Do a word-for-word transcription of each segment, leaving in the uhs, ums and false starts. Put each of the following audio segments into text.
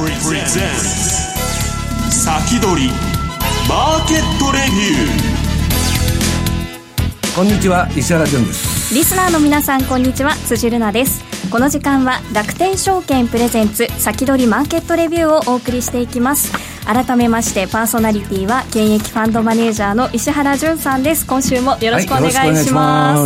先取りマーケットレビュー。こんにちは、石原潤です。 リスナーの皆さん、こんにちは、辻るなです。この時間は楽天証券プレゼンツ先取りマーケットレビューをお送りしていきます。改めましてパーソナリティは現役ファンドマネージャーの石原潤さんです。今週もよろしくお願いします。はい、よろしくお願いします。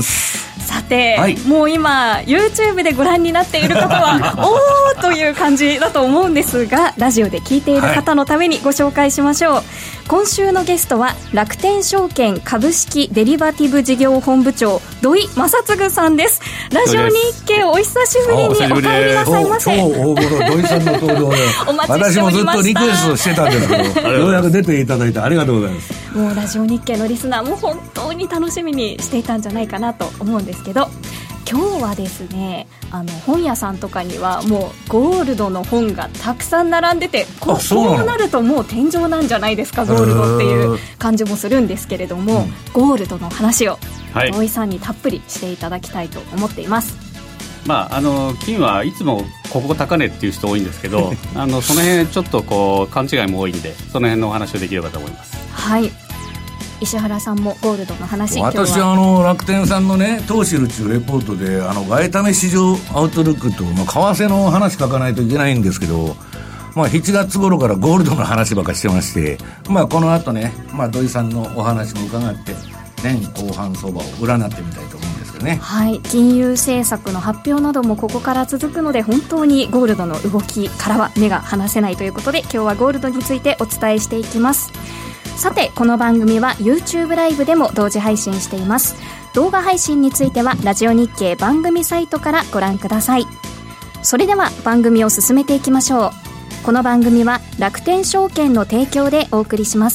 さて、はい、もう今 YouTube でご覧になっている方はおーという感じだと思うんですが、ラジオで聞いている方のためにご紹介しましょう。はい、今週のゲストは楽天証券株式デリバティブ事業本部長土井正嗣さんです。ラジオ日経お久しぶりにお帰りなさいませ。 超大物土井さんの登場でお待ちしておりました。私もずっとリクエストしてたんですけどようやく出ていただいてありがとうございます。 もうラジオ日経のリスナーも本当に楽しみにしていたんじゃないかなと思うんですけど、今日はですね、あの本屋さんとかにはもうゴールドの本がたくさん並んでて、こう、こうなるともう天井なんじゃないですか、ゴールドっていう感じもするんですけれども、うん、ゴールドの話を土井さんにたっぷりしていただきたいと思っています。 まあ、あの金はいつもここ高値っていう人多いんですけどあのその辺ちょっとこう勘違いも多いんで、その辺のお話をできればと思います。 はい、石原さんもゴールドの話、 私はあの楽天さんのね、投資るっていうレポートであの外為市場アウトルックと、まあ、為替の話書かないといけないんですけど、まあ、しちがつ頃からゴールドの話ばっかしてまして、まあ、この後ね、まあ、土井さんのお話も伺って年後半相場を占ってみたいと思うんですけどね。 はい、金融政策の発表などもここから続くので、本当にゴールドの動きからは目が離せないということで、今日はゴールドについてお伝えしていきます。さて、この番組は YouTube ライブでも同時配信しています。動画配信についてはラジオ日経番組サイトからご覧ください。それでは番組を進めていきましょう。この番組は楽天証券の提供でお送りします。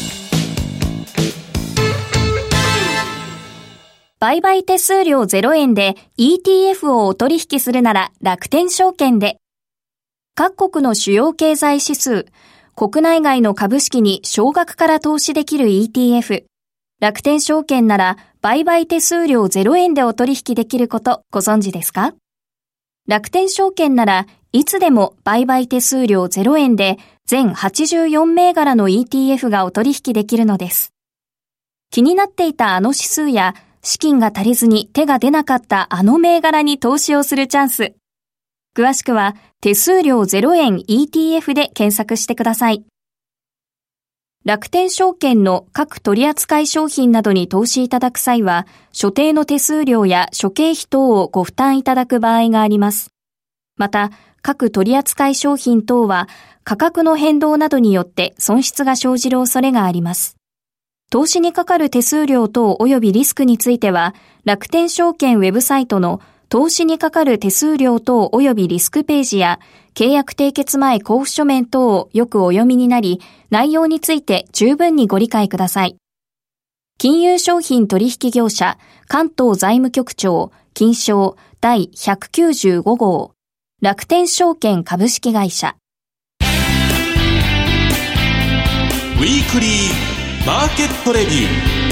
売買手数料ゼロえんで イーティーエフ をお取引するなら楽天証券で。各国の主要経済指数、国内外の株式に少額から投資できる イーティーエフ。楽天証券なら売買手数料ゼロえんでお取引できることご存知ですか？楽天証券ならいつでも売買手数料ゼロえんで全はちじゅうよん銘柄の イーティーエフ がお取引できるのです。気になっていたあの指数や資金が足りずに手が出なかったあの銘柄に投資をするチャンス。詳しくは手数料ゼロえん イーティーエフ で検索してください。楽天証券の各取扱い商品などに投資いただく際は、所定の手数料や諸経費等をご負担いただく場合があります。また、各取扱い商品等は価格の変動などによって損失が生じる恐れがあります。投資にかかる手数料等及びリスクについては、楽天証券ウェブサイトの投資にかかる手数料等及びリスクページや契約締結前交付書面等をよくお読みになり、内容について十分にご理解ください。金融商品取引業者関東財務局長金商第ひゃくきゅうじゅうご号楽天証券株式会社。 ウィークリーマーケットレビュー。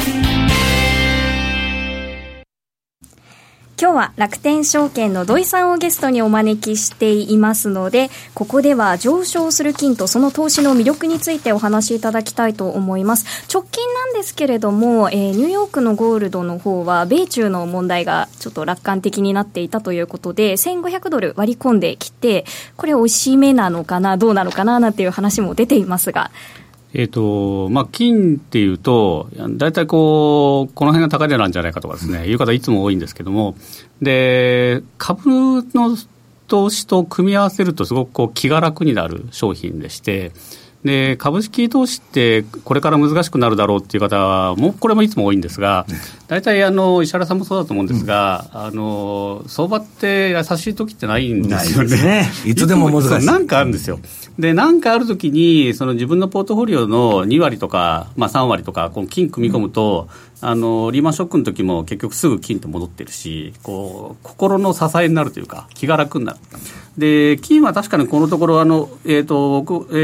今日は楽天証券の土井さんをゲストにお招きしていますので、ここでは上昇する金とその投資の魅力についてお話しいただきたいと思います。直近なんですけれども、えー、ニューヨークのゴールドの方は米中の問題がちょっと楽観的になっていたということでせんごひゃくドル割り込んできて、これ押し目なのかなどうなのかななんていう話も出ていますが、 えーとまあ、金っていうとだいたいこうこの辺が高値なんじゃないかとかですね、いう方いつも多いんですけども、で株の投資と組み合わせるとすごくこう気が楽になる商品でして、で株式投資ってこれから難しくなるだろうっていう方はもうこれもいつも多いんですが、大体あの石原さんもそうだと思うんですが、うん、あの相場って優しい時ってないんですよ ね, ねいつでも難しい。 なんかあるんですよ。でなんかある時にその自分のポートフォリオのに割とか、まあ、さん割とかこの金組み込むと、うん、あのリーマンショックの時も結局すぐ金って戻ってるし、こう心の支えになるというか気が楽になる。で金は確かにこのところあの、えーと僕えー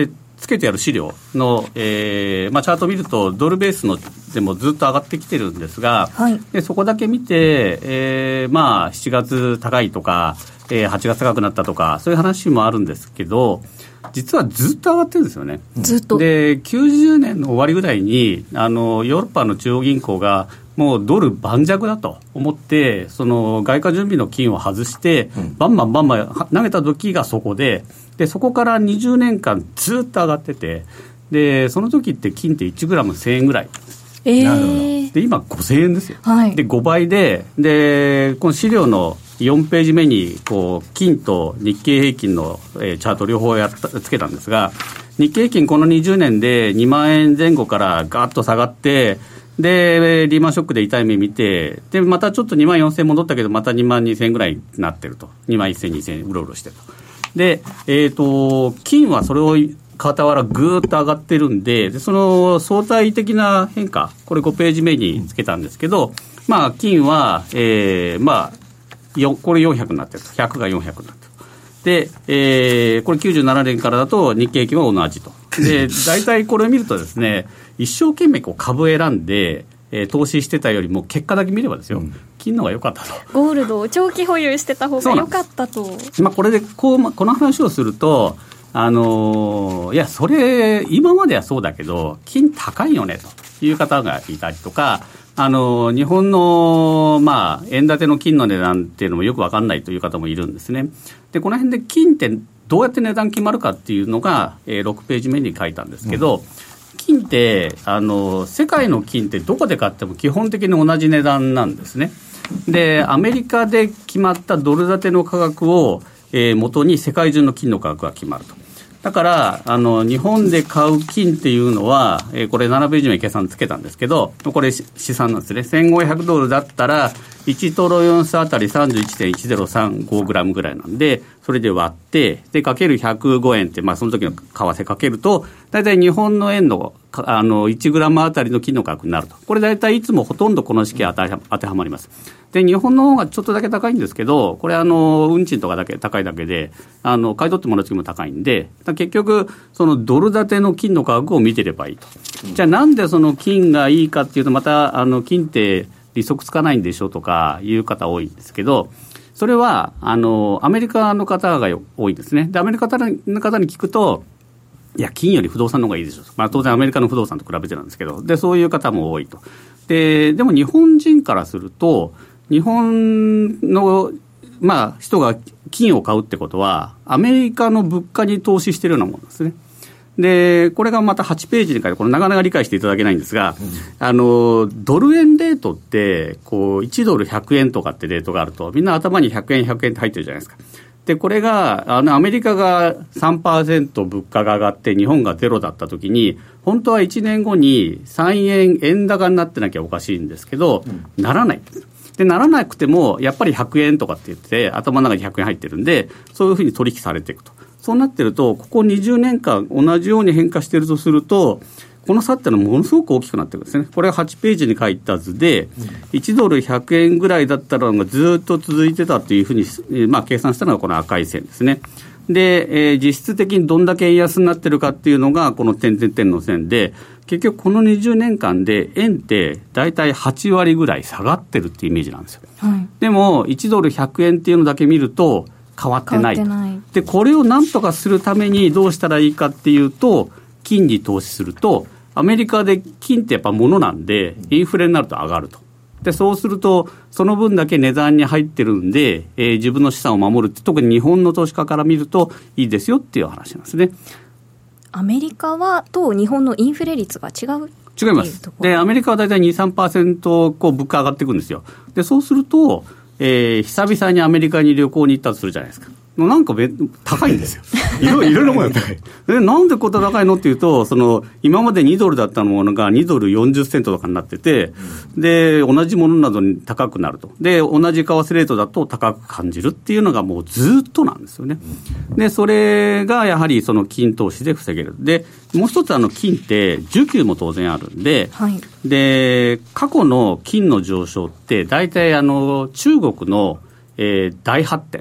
つけてある資料の、えーまあ、チャートを見るとドルベースのでもずっと上がってきてるんですが、はい、でそこだけ見て、えーまあ、しちがつ高いとか、えー、はちがつ高くなったとかそういう話もあるんですけど実はずっと上がってるんですよね。 ずっとできゅうじゅうねんの終わりぐらいにあのヨーロッパの中央銀行がもうドル盤石だと思ってその外貨準備の金を外して、うん、バンバンバンバン投げた時がそこで、でそこからにじゅうねんかんずっと上がってて、でその時って金っていちグラムせんえんぐらい、 えー、 で今ごせんえんですよ、 はい、 でごばいで、でこの資料のよんページ目にこう金と日経平均の、えー、チャート両方やったつけたんですが、日経平均このにじゅうねんでにまんえんぜん後からガーッと下がって、でリーマンショックで痛い目見て、でまたちょっとにまんよんせん戻ったけどまたにまんにせんぐらいになってると、にまんせんにせんうろうろしてると。で、えーと金はそれを傍らぐーっと上がってるんで、でその相対的な変化、これごページ目につけたんですけど、まあ金は、えー、まあよこれよんひゃくになってると、ひゃくがよんひゃくになってるで、えー、これきゅうじゅうななねんからだと日経平均は同じと。で大体これを見るとですね、一生懸命こう株を選んで、えー、投資してたよりも結果だけ見ればですよ、うん、金の方が良かったと。 ゴールドを長期保有してた方が良かったと。 まあ、これでこう、ま、この話をすると、あのー、いやそれ今まではそうだけど金高いよねという方がいたりとか、あのー、日本の、まあ、円建ての金の値段っていうのもよく分かんないという方もいるんですね。でこの辺で金ってどうやって値段決まるかっていうのが、えー、ろくページ目に書いたんですけど、うん、金ってあの世界の金ってどこで買っても基本的に同じ値段なんですね。でアメリカで決まったドル建ての価格を、えー、元に世界中の金の価格が決まると。だからあの日本で買う金っていうのは、えー、これななページ目に計算つけたんですけど、これ試算なんですね。せんごひゃくドルだったらいちトロヨンスあたり さんじゅういちてんいちゼロさんごグラムぐらいなんで、それで割ってでかけるひゃくごえんって、まあ、その時の為替かけるとだいたい日本の円のあのいちグラムあたりの金の価格になると。これだいたいいつもほとんどこの式当て当てはまります。で日本の方がちょっとだけ高いんですけど、これあの運賃とかだけ高いだけであの買い取ってもらう時も高いんで、結局そのドル建ての金の価格を見てればいいと。じゃあなんでその金がいいかっていうと、またあの金って利息つかないんでしょとかいう方多いんですけど、それはあのアメリカの方が多いんですね。でアメリカの方に聞くと、いや金より不動産の方がいいでしょ、まあ、当然アメリカの不動産と比べてなんですけど、でそういう方も多いと。ででも日本人からすると、日本の、まあ、人が金を買うってことはアメリカの物価に投資しているようなものですね。でこれがまたはちページに書いて、これなかなか理解していただけないんですが、うん、あのドル円レートってこういちドルひゃくえんとかってレートがあると、みんな頭にひゃくえんひゃくえんって入ってるじゃないですか。でこれがあのアメリカが さんパーセント 物価が上がって日本がゼロだった時に、本当はいちねんごにさんえん円高になってなきゃおかしいんですけど、うん、ならないんです。でならなくてもやっぱりひゃくえんとかって言って頭の中にひゃくえん入ってるんで、そういうふうに取引されていくと。そうなってると、ここにじゅうねんかん同じように変化しているとすると、この差ってのはものすごく大きくなってるんですね。これははちページに書いた図で、いちドルひゃくえんぐらいだったのがずっと続いてたというふうに、まあ、計算したのがこの赤い線ですね。で、えー、実質的にどんだけ円安になってるかっていうのがこの点々点の線で、結局このにじゅうねんかんで円ってだいたいはちわりぐらい下がってるっていうイメージなんですよ、はい、でもいちドルひゃくえんっていうのだけ見ると変わってない。変わってない。でこれをなんとかするためにどうしたらいいかっていうと、金に投資すると、アメリカで金ってやっぱ物なんでインフレになると上がると。でそうするとその分だけ値段に入ってるんで、えー、自分の資産を守るって、特に日本の投資家から見るといいですよっていう話なんですね。 アメリカはと日本のインフレ率が違う。 違います。でアメリカはだいたい に、さんパーセント こう物価上がっていくんですよ。でそうすると、えー、久々にアメリカに旅行に行ったとするじゃないですか。なんか高いんですよ。いろいろなものが高い。でなんでこんな高いのっていうと、その今までにドルだったものがにドルよんじゅっセントとかになってて、で同じものなどに高くなると。で同じ為替レートだと高く感じるっていうのがもうずっとなんですよね。でそれがやはりその金投資で防げる。でもう一つ、あの金って需給も当然あるんで、はい、で過去の金の上昇って大体あの中国の、えー、大発展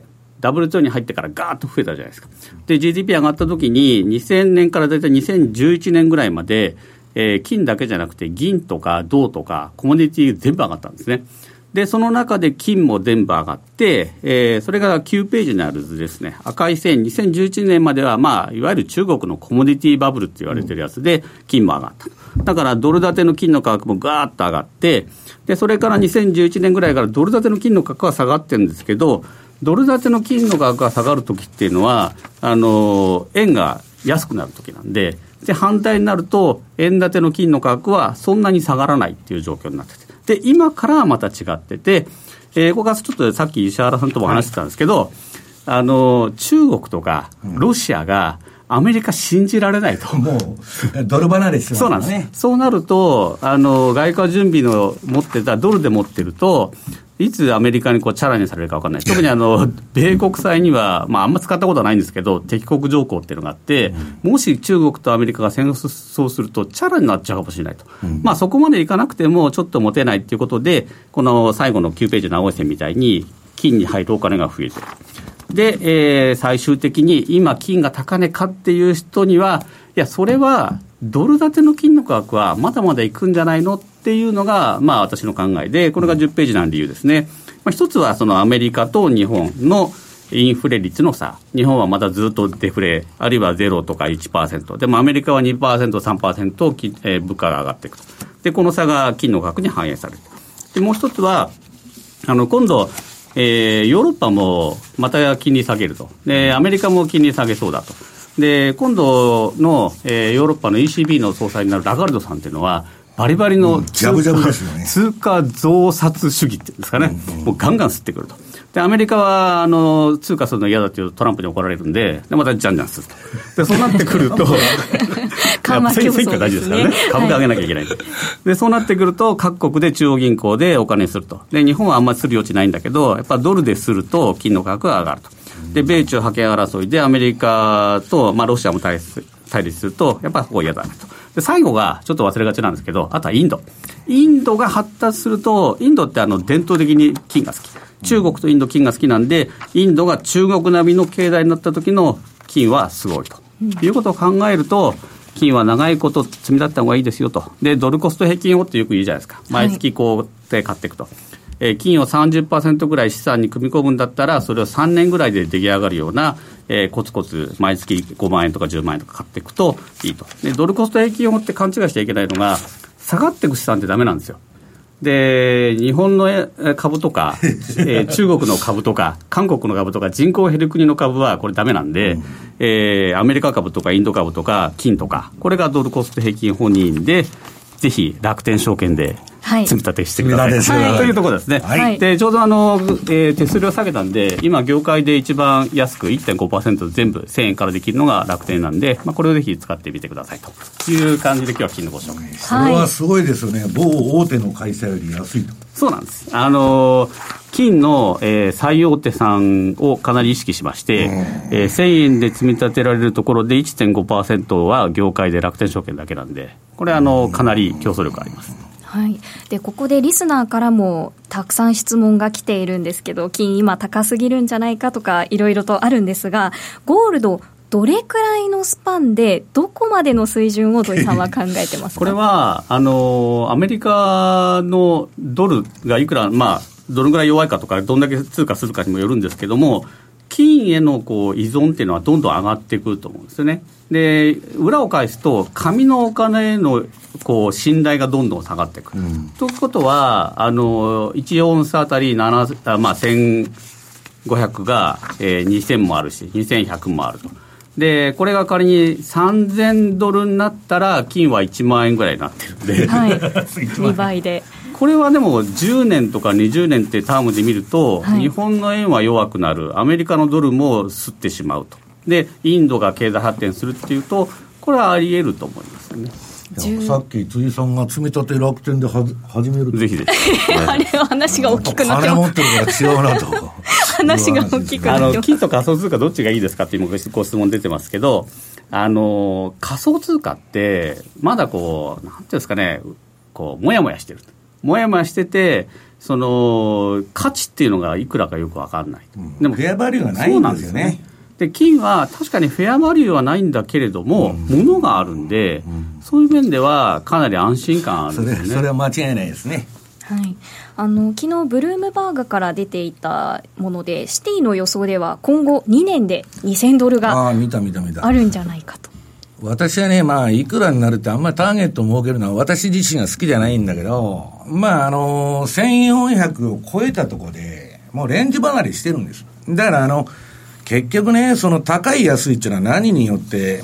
ダブリューティーオー に入ってからガーッと増えたじゃないですか。で ジーディーピー 上がった時ににせんねんからだいたいにせんじゅういちねんぐらいまで、えー、金だけじゃなくて銀とか銅とかコモディティ全部上がったんですね。でその中で金も全部上がって、えー、それがきゅうページにある図ですね。赤い線、にせんじゅういちねんまでは、まあ、いわゆる中国のコモディティバブルって言われてるやつで金も上がった。だからドル建ての金の価格もガーッと上がって、でそれからにせんじゅういちねんぐらいからドル建ての金の価格は下がってるんですけど、ドル建ての金の価格が下がるときっていうのはあの円が安くなるときなんで、で反対になると円建ての金の価格はそんなに下がらないっていう状況になってて、で今からはまた違ってて、えー、ここがちょっとさっき石原さんとも話してたんですけど、はい、あの中国とかロシアがアメリカ信じられないと、 もうドル離れしてますね。 そうなんです。そうなるとあの外貨準備の持ってたドルで持ってるといつアメリカにこうチャラにされるか分からない。特にあの米国債には、まあ、あんま使ったことはないんですけど敵国条項っていうのがあって、うん、もし中国とアメリカが戦争するとチャラになっちゃうかもしれないと、うん、まあ、そこまでいかなくてもちょっと持てないということで、この最後のきゅうページの青い線みたいに金に入るお金が増えてる。で、えー、最終的に今金が高値かっていう人には、いやそれはドル建ての金の価格はまだまだいくんじゃないのっていうのが、まあ、私の考えで、これがじゅっページの理由ですね。まあ、一つはそのアメリカと日本のインフレ率の差。日本はまだずっとデフレ、あるいはゼロとか いちパーセント。でもアメリカは にパーセント、さんパーセント、えー、物価が上がっていくと。で、この差が金の価格に反映される。で、もう一つは、あの、今度、えー、ヨーロッパもまた金利下げると。で、アメリカも金利下げそうだと。で、今度の、えー、ヨーロッパの イーシービー の総裁になるラガルドさんっていうのは、バリバリのジャブジャブですよね。 通貨増刷主義っていうんですかね、うんうん、もうガンガン吸ってくると。でアメリカはあの通貨するの嫌だっていうトランプに怒られるんで、でまたじゃんじゃんすると。でそうなってくると緩和競争ですね。 選挙大事ですからね、株価上げなきゃいけない、はい、でそうなってくると各国で中央銀行でお金にすると。で日本はあんまりする余地ないんだけど、やっぱドルですると金の価格が上がると。で米中覇権争いでアメリカと、まあ、ロシアも対立、対立するとやっぱりここ嫌だなと。で最後がちょっと忘れがちなんですけど、あとはインド。インドが発達すると、インドってあの伝統的に金が好き。中国とインド金が好きなんで、インドが中国並みの経済になった時の金はすごいと、うん、いうことを考えると、金は長いこと積み立てた方がいいですよと。でドルコスト平均法ってよく言うじゃないですか。毎月こうで買っていくと、はい、えー、金を さんじゅっパーセント ぐらい資産に組み込むんだったら、それをさんねんぐらいで出来上がるような、えー、コツコツ毎月ごまんえんとかじゅうまんえんとか買っていくといいと。でドルコスト平均法って勘違いしちゃいけないのが、下がっていく資産ってダメなんですよ。で日本の株とか、えー、中国の株とか韓国の株とか人口減る国の株はこれダメなんで、うん、えー、アメリカ株とかインド株とか金とか、これがドルコスト平均法にいいんで、ぜひ楽天証券で積み立てしてください、はい、というところですね、はい、でちょうどあの、えー、手数料下げたんで、今業界で一番安く いってんごパーセント 全部せんえんからできるのが楽天なんで、まあ、これをぜひ使ってみてくださいという感じで今日は金のご紹介です。 それはすごいですよね。某大手の会社より安いと。 そうなんです。あの金の、えー、最大手さんをかなり意識しまして、えー、せんえんで積み立てられるところで いってんごパーセント は業界で楽天証券だけなんで、これはあのかなり競争力あります。 はい、でここでリスナーからもたくさん質問が来ているんですけど、金今高すぎるんじゃないかとかいろいろとあるんですが、ゴールドどれくらいのスパンでどこまでの水準を土井さんは考えてますか？ これはあのアメリカのドルがいくら、まあ、どのぐらい弱いかとかどんだけ通貨するかにもよるんですけども、金へのこう依存っていうのはどんどん上がってくると思うんですよね。で裏を返すと紙のお金へのこう信頼がどんどん下がってくる、うん、ということはあのいちオンスあたりなな、まあ、せんごひゃくが、えー、にせんもあるしにせんひゃくもあると。でこれが仮にさんぜんドルになったら金はいちまんえんぐらいになってるんで、はい、 にばいで。 これはでもじゅうねんとかにじゅうねんってタームで見ると、はい、日本の円は弱くなる、アメリカのドルも吸ってしまうと。でインドが経済発展するっていうと、これはあり得ると思いますよね。 さっき辻さんが積み立て楽天では始めるとぜひぜひあれは話が大きくなってます。金持ってるから違うなと話が大きくなってます。 あの金と仮想通貨どっちがいいですかって今ご質問出てますけど、あの仮想通貨ってまだこうなんていうんですかね、こうもやもやしてる。 もやもやしてて、その価値っていうのがいくらかよく分かんない、 うん、でもフェアバリューがないんですよね。 で金は確かにフェアバリューはないんだけれども、うん、物があるんで、うん、そういう面ではかなり安心感あるんですよね。 それ、それは間違いないですね。 はい、あの昨日ブルームバーグから出ていたもので、シティの予想では今後にねんでにせんドルがあるんじゃないかと。 私はね、まあ、いくらになるってあんまりターゲットを設けるのは私自身が好きじゃないんだけど、まあ、あの、せんよんひゃくを超えたところで、もうレンジ離れしてるんです。だから、あの、結局ね、その高い安いっていうのは何によって、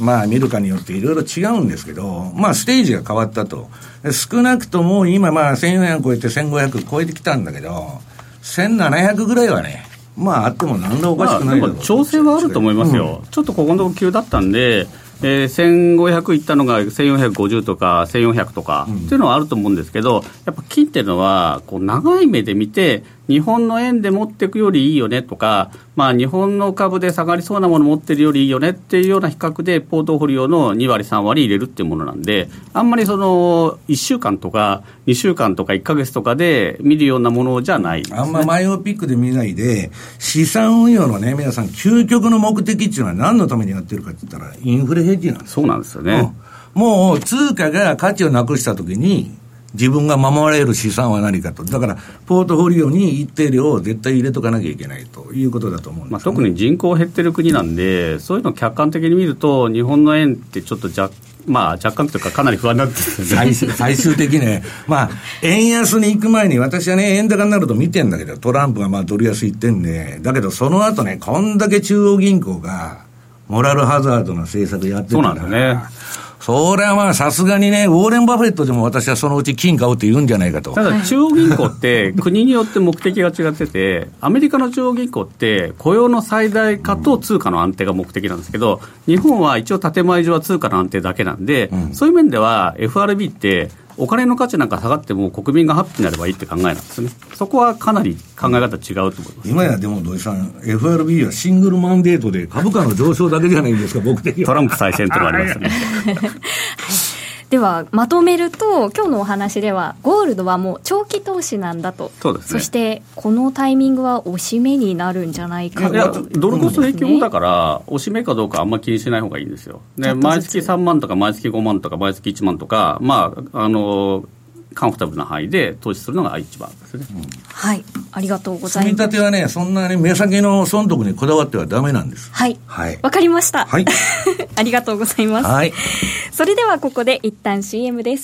まあ、見るかによっていろいろ違うんですけど、まあ、ステージが変わったと。少なくとも今、まあ、せんよんひゃく超えてせんごひゃく超えてきたんだけど、せんななひゃくぐらいはね、まあ、あっても何らおかしくないだろう、 まあ、調整はあると思いますよ。うん、ちょっとここのとこ急だったんで、えー、せんごひゃくいったのがせんよんひゃくごじゅうとかせんよんひゃくとか、うん、っていうのはあると思うんですけど、やっぱ金っていうのはこう長い目で見て日本の円で持っていくよりいいよねとか、まあ、日本の株で下がりそうなもの持ってるよりいいよねっていうような比較でポートフォリオのにわりさんわり入れるっていうものなんで、あんまりそのいっしゅうかんとかにしゅうかんとかいっかげつとかで見るようなものじゃないですね。 あんまマイオピックで見ないで、資産運用のね、皆さん究極の目的っていうのは何のためにやってるかって言ったらインフレヘッジなんです。 そうなんですよね。 うん、もう通貨が価値をなくしたときに自分が守られる資産は何かと。だからポートフォリオに一定量を絶対入れとかなきゃいけないということだと思うんです、ね。まあ、 特に人口減ってる国なんで、そういうのを客観的に見ると日本の円ってちょっと若,、まあ、若干というかかなり不安になってるんですよね。 最, 最終的にね、まあ、円安に行く前に私はね、円高になると見てんだけど、トランプがまあドル安行ってんで、だけどその後ね、こんだけ中央銀行がモラルハザードの政策やってるから。 そうなんですね。 それはまあさすがにね、ウォーレン・バフェットでも私はそのうち金買うって言うんじゃないかと。 ただ中央銀行って国によって目的が違ってて、アメリカの中央銀行って雇用の最大化と通貨の安定が目的なんですけど、日本は一応建前上は通貨の安定だけなんで、うん、そういう面では エフアールビー ってお金の価値なんか下がっても国民がハッピーになればいいって考えなんですね。そこはかなり考え方違うと思います。 今やでも土井さん、 エフアールビー はシングルマンデートで株価の上昇だけじゃないんですか、僕的には。 トランプ再選とかありますね。 ではまとめると、今日のお話ではゴールドはもう長期投資なんだと。 そうですね。 そしてこのタイミングは押し目になるんじゃないかと。 いや、ドルコスト平均法だから押し目かどうかあんまり気にしない方がいいんですよ。で、毎月さんまんとか毎月ごまんとか毎月いちまんとか、まああのカンフォタブルな範囲で投資するのが一番ですね。うん、 はい、ありがとうございます。 積み立てはね、そんなに目先の損得にこだわってはダメなんです。 はい、はい、わかりました。はい、ありがとうございます。はい、それではここで一旦 シーエム です。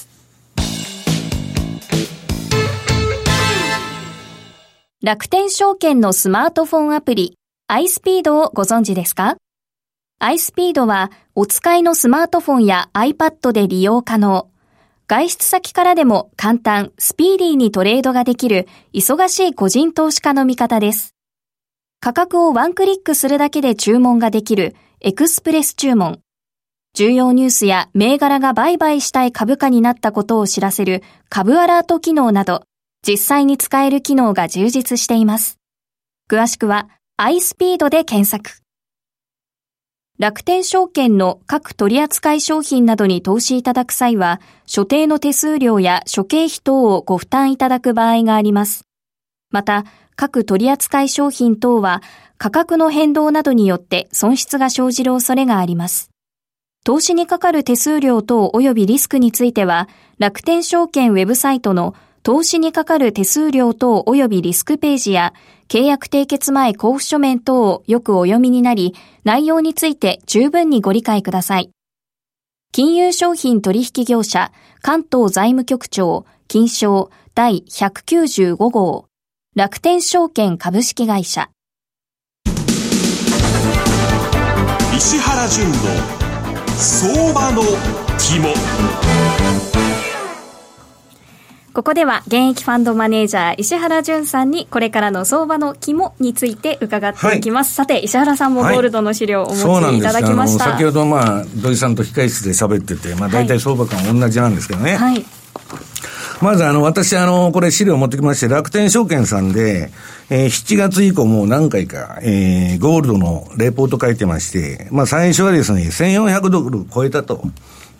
楽天証券のスマートフォンアプリ iSpeed をご存知ですか？ iSpeed はお使いのスマートフォンや iPad で利用可能。外出先からでも簡単、スピーディーにトレードができる忙しい個人投資家の味方です。価格をワンクリックするだけで注文ができるエクスプレス注文。重要ニュースや銘柄が売買したい株価になったことを知らせる株アラート機能など、実際に使える機能が充実しています。詳しくは iSpeed で検索。楽天証券の各取扱い商品などに投資いただく際は、所定の手数料や諸経費等をご負担いただく場合があります。また、各取扱い商品等は価格の変動などによって損失が生じる恐れがあります。投資にかかる手数料等及びリスクについては、楽天証券ウェブサイトの投資にかかる手数料等及びリスクページや、契約締結前交付書面等をよくお読みになり、内容について十分にご理解ください。金融商品取引業者関東財務局長金商第ひゃくきゅうじゅうご号楽天証券株式会社。 石原淳の相場の肝。 ここでは現役ファンドマネージャー石原淳さんにこれからの相場の肝について伺っていきます、はい、さて石原さんもゴールドの資料をお持ちいただきました、 はい、先ほどまあ土井さんと控え室で喋ってて、まあ、大体相場感同じなんですけどね、はい、まずあの私あのこれ資料を持ってきまして、楽天証券さんで、えー、しちがつ以降もう何回か、えー、ゴールドのレポート書いてまして、まあ最初はですねせんよんひゃくドル超えたと。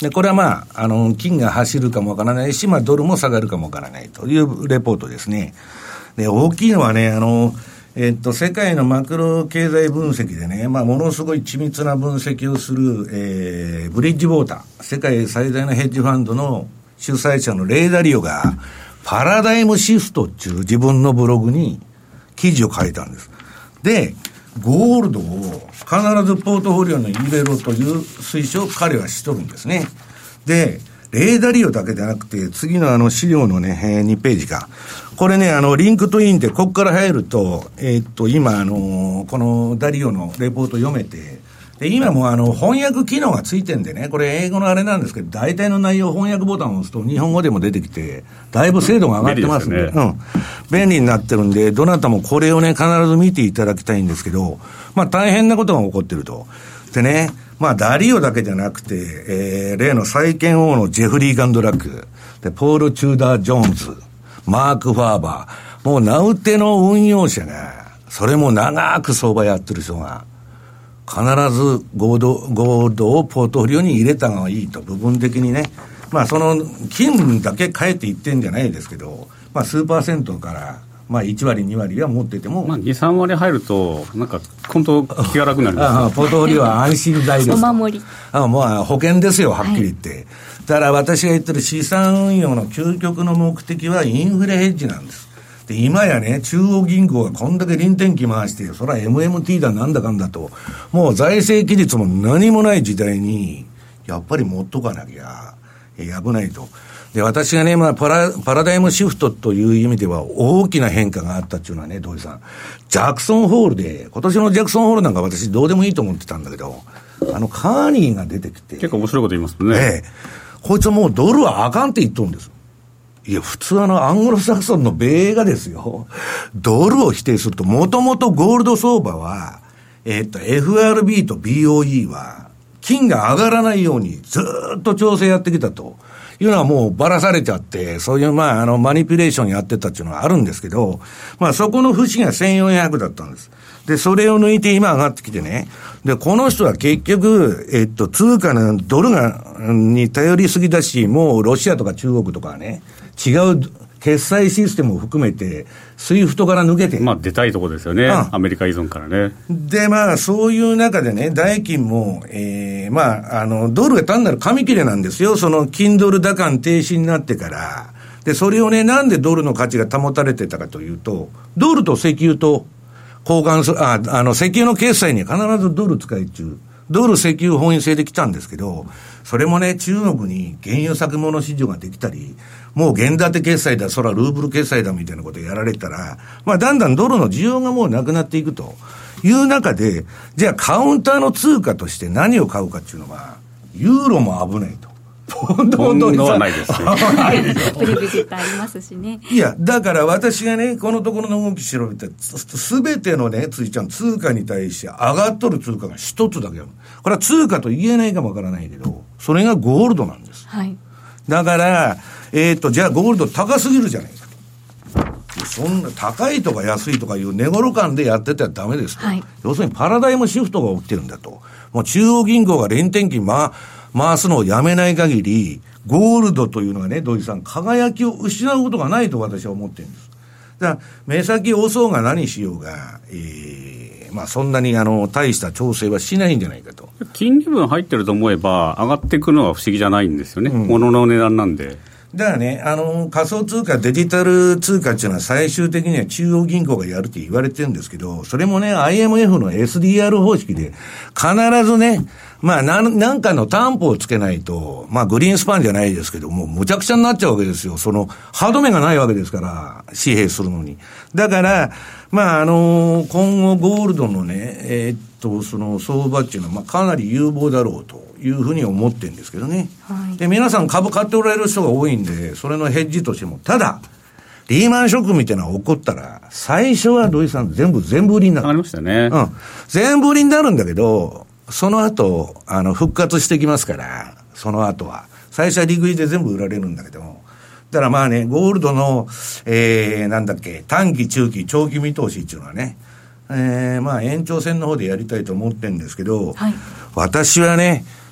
でこれはまあ、あの、金が走るかもわからないし、まあ、ドルも下がるかもわからないというレポートですね。で、大きいのはね、あの、えっと、世界のマクロ経済分析でね、まあ、ものすごい緻密な分析をする、えー、ブリッジウォーター、世界最大のヘッジファンドの主催者のレイダリオが、パラダイムシフトっていう自分のブログに記事を書いたんです。で、ゴールドを必ずポートフォリオに入れろという推奨を彼はしとるんですね。で、レーダリオだけでなくて、次のあの資料のね、にページか。これね、あの、リンクトインでここから入ると、えー、っと、今、あの、このダリオのレポート読めて、で、今もあの、翻訳機能がついてんでね、これ英語のあれなんですけど、大体の内容翻訳ボタンを押すと日本語でも出てきて、だいぶ精度が上がってますんで、便利ですね。うん。便利になってるんで、どなたもこれをね、必ず見ていただきたいんですけど、まあ大変なことが起こってると。でね、まあダリオだけじゃなくて、えー、例の債券王のジェフリー・ガンドラック、で、ポール・チューダー・ジョーンズ、マーク・ファーバー、もう名うての運用者が、それも長く相場やってる人が、必ずゴールド、ゴールドをポートフォリオに入れた方がいいと、部分的にね。まあその、金だけ変えていってんじゃないですけど、まあ数パーセントから、まあいち割、に割は持ってても。 まあに、さん割入ると、なんか、本当気が楽になります、ね。 ああ、ポートフォリオは安心材料。 お守り。 ああ、もう保険ですよ、はっきり言って。はい、だから私が言ってる資産運用の究極の目的はインフレヘッジなんです。で、今やね、中央銀行がこんだけ臨転機回して、そら エムエムティー だなんだかんだと、もう財政規律も何もない時代に、やっぱり持っとかなきゃ、え危ないと。で、私がね、まあパラ、パラダイムシフトという意味では大きな変化があったっていうのはね、土井さん。ジャクソンホールで、今年のジャクソンホールなんか私どうでもいいと思ってたんだけど、あのカーニーが出てきて。 結構面白いこと言いますね。 ええ。こいつはもうドルはあかんって言っとるんです。いや、普通あの、アングロサクソンの米英がですよ、ドルを否定すると、もともとゴールド相場は、えー、っと、エフアールビー と ビーオーイー は、金が上がらないようにずーっと調整やってきたというのはもうばらされちゃって、そういうまあ、あの、マニピュレーションやってたっていうのはあるんですけど、まあそこの節がせんよんひゃくだったんです。で、それを抜いて今上がってきてね。で、この人は結局、えっと、通貨のドルが、に頼りすぎだし、もうロシアとか中国とかね、違う決済システムを含めて、スイフトから抜けて。 まあ出たいとこですよね、うん。アメリカ依存からね。 で、まあそういう中でね、代金も、ええー、まあ、あの、ドルが単なる紙切れなんですよ。その金ドル打艦停止になってから。で、それをね、なんでドルの価値が保たれてたかというと、ドルと石油と交換する、あ、あの、石油の決済に必ずドル使い中。ドル石油本位制で来たんですけど、それもね、中国に原油先物市場ができたり、もう原建て決済だ、そらルーブル決済だみたいなことをやられたら、まあだんだんドルの需要がもうなくなっていくという中で、じゃあカウンターの通貨として何を買うかっていうのは、ユーロも危ないと。 ポンドはないですね。 ないでしょ。ブリブリってありますしね。 いや、だから私がね、このところの動き調べて、すべてのね、ついちゃん通貨に対して上がっとる通貨が一つだけある。これは通貨と言えないかもわからないけど、それがゴールドなんです。 はい。 だから、えっと、じゃあゴールド高すぎるじゃないかと。そんな高いとか安いとかいう値頃感でやってたらダメですと。はい。要するにパラダイムシフトが起きてるんだと。もう中央銀行が連転機まあ、回すのをやめない限り、ゴールドというのはね、土井さん、輝きを失うことがないと私は思ってるんです。だから、目先遅うが何しようが、えー、まあそんなにあの、大した調整はしないんじゃないかと。 金利分入ってると思えば、上がってくるのは不思議じゃないんですよね。うん、物の値段なんで。 だからね、あの、仮想通貨、デジタル通貨っていうのは最終的には中央銀行がやるって言われてるんですけど、それもね、アイエムエフ の エスディーアール 方式で、必ずね、まあ、なん、なんかの担保をつけないと、まあ、グリーンスパンじゃないですけど、もうむちゃくちゃになっちゃうわけですよ。その、歯止めがないわけですから、紙幣するのに。だから、まあ、あの、今後ゴールドのね、えー、っと、その相場っていうのは、まあ、かなり有望だろうというふうに思ってるんですけどね。はい、で、皆さん株買っておられる人が多いんで、それのヘッジとしても、ただ、リーマンショックみたいなのが起こったら、最初は土井さん全部、全部売りになる。 ありましたね。 うん。全部売りになるんだけど、その後、あの、復活してきますから、その後は。最初は利食いで全部売られるんだけども。だからまあね、ゴールドの、えー、なんだっけ、短期、中期、長期見通しっていうのはね、えー、まあ延長線の方でやりたいと思ってるんですけど、はい、私はね、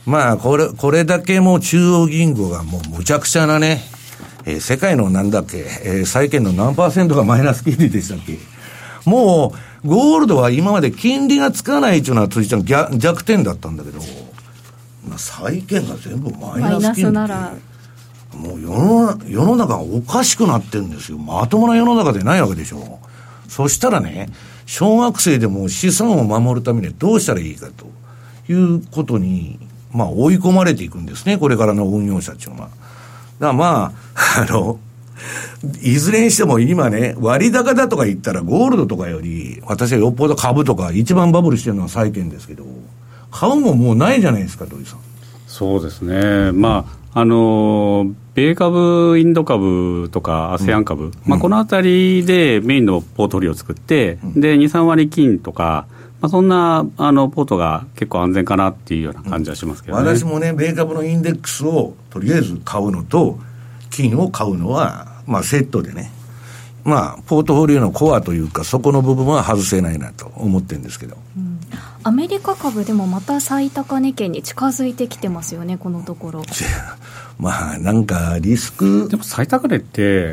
まあこれこれだけもう中央銀行がもうむちゃくちゃなね、えー、世界のなんだっけ、えー、債券の何パーセントがマイナス金利でしたっけ。もうゴールドは今まで金利がつかないというのは辻ちゃん逆弱点だったんだけど、まあ、債券が全部マイナス金利って、マイナスならもう世の、世の中がおかしくなってるんですよ。まともな世の中でないわけでしょ。そしたらね、小学生でも資産を守るためにどうしたらいいかということに、まあ追い込まれていくんですね、これからの運用者っていうのは。だからまあ、あの、いずれにしても今ね、割高だとか言ったらゴールドとかより、私はよっぽど株とか一番バブルしてるのは債券ですけど、買うもんもうないじゃないですか、土井さん。 そうですね。まあ、あの、米株、インド株とか アセアン 株、うん、まあ、このあたりでメインのポートフォリオを作って、うん、で、に、さん割金とか、まあ、そんなあのポートが結構安全かなっていうような感じはしますけどね。 うん、私もね、米株のインデックスをとりあえず買うのと、金を買うのは、まあ、セットでね、まあ、ポートフォリオのコアというか、そこの部分は外せないなと思ってるんですけど。うん、 アメリカ株でもまた最高値圏に近づいてきてますよね、このところ。 まあなんかリスクでも最高値って、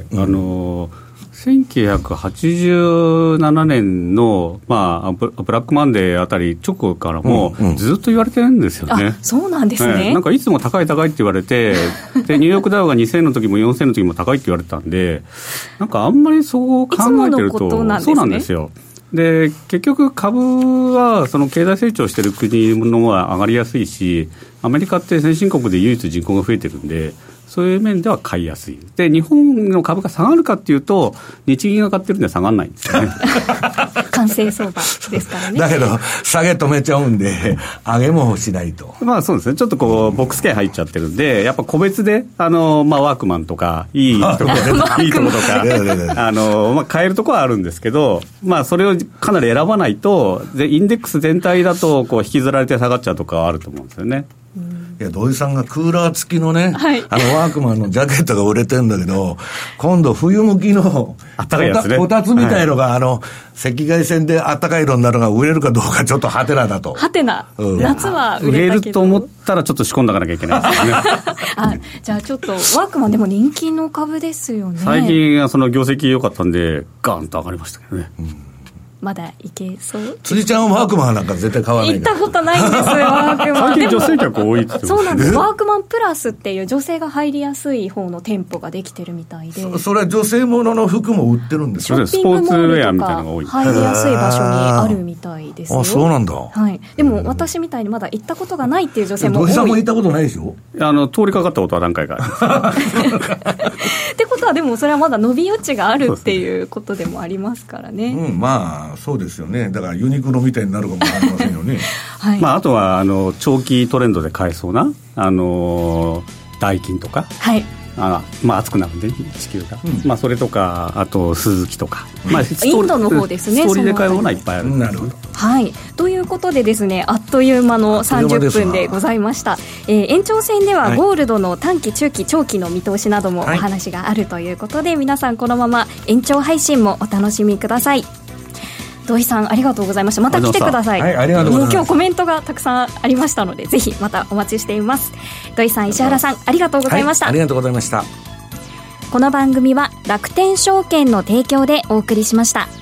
うん、あのせんきゅうひゃくはちじゅうななねんの、まあ、ブラックマンデーあたり直後からもずっと言われてるんですよね。うんうん、 あ、そうなんですね、 ね、なんかいつも高い高いって言われてでニューヨークダウがにせんの時もよんせんの時も高いって言われてたんで、なんかあんまりそう考えてるといつものことなんですね。そうなんですよ。で結局株はその経済成長している国のは上がりやすいし、アメリカって先進国で唯一人口が増えてるんで、そういう面では買いやすい。で日本の株が下がるかっていうと、日銀が買ってるんで下がらないんですよね。 完成相場ですからね。 だけど下げ止めちゃうんで上げもしないと。 まあそうですね。ちょっとこうボックス圏入っちゃってるんで、やっぱ個別であの、まあ、ワークマンとかいいところいいところとかあの、まあ、買えるところはあるんですけど、まあそれをかなり選ばないと、でインデックス全体だとこう引きずられて下がっちゃうとかはあると思うんですよね。 いや土井さんがクーラー付きのね、 はい、 あのワークマンのジャケットが売れてるんだけど、今度冬向きのあったかいやつね、 こたつみたいのが、はい、あの赤外線であったかい色になるのが売れるかどうかちょっとハテナだと。 ハテナ、うん、夏は売れたけど売れると思ったらちょっと仕込んだかなきゃいけないですよね。 あ、じゃあちょっとワークマンでも人気の株ですよね。 最近その業績良かったんでガーンと上がりましたけどね。うん、 まだいけそう。 辻ちゃんはワークマンなんか絶対買わない。 行ったことないんですよ、ワークマン。 最近女性客多いって言ってます。 そうなんです。ワークマンプラスっていう女性が入りやすい方の店舗ができてるみたいで。 そ, それは女性ものの服も売ってるんですか？ショッピングモールとか入りやすい場所にあるみたいですよ。 あ、そうなんだ。 はい。でも私みたいにまだ行ったことがないっていう女性も多い。 土井さんも行ったことないでしょ？ あの通りかかったことは何回かあります。 ってことはでもそれはまだ伸び余地があるっていうことでもありますからね。 うん、まあそうですよね。だからユニクロみたいになるかもわかりませんよね。 はい。 まああとはあの長期トレンドで買えそうなあのダイキンとか。 はい。 あまあ暑くなるんで地球が、うん、まあそれとかあとスズキとか、 うん、まあ、インドの方ですね。 ストーリーで買えるものはいっぱいある。 なるほど。 はい。ということでですね、あっという間のさんじゅっぷんでございました。えー、延長戦ではゴールドの短期中期長期の見通しなどもお話があるということで、はい、皆さんこのまま延長配信もお楽しみください。土井さんありがとうございました。また来てください。 はい、ありがとうございます。 もう今日コメントがたくさんありましたので、ぜひまたお待ちしています。土井さん、石原さん、ありがとうございました。 はい、ありがとうございました。 この番組は楽天証券の提供でお送りしました。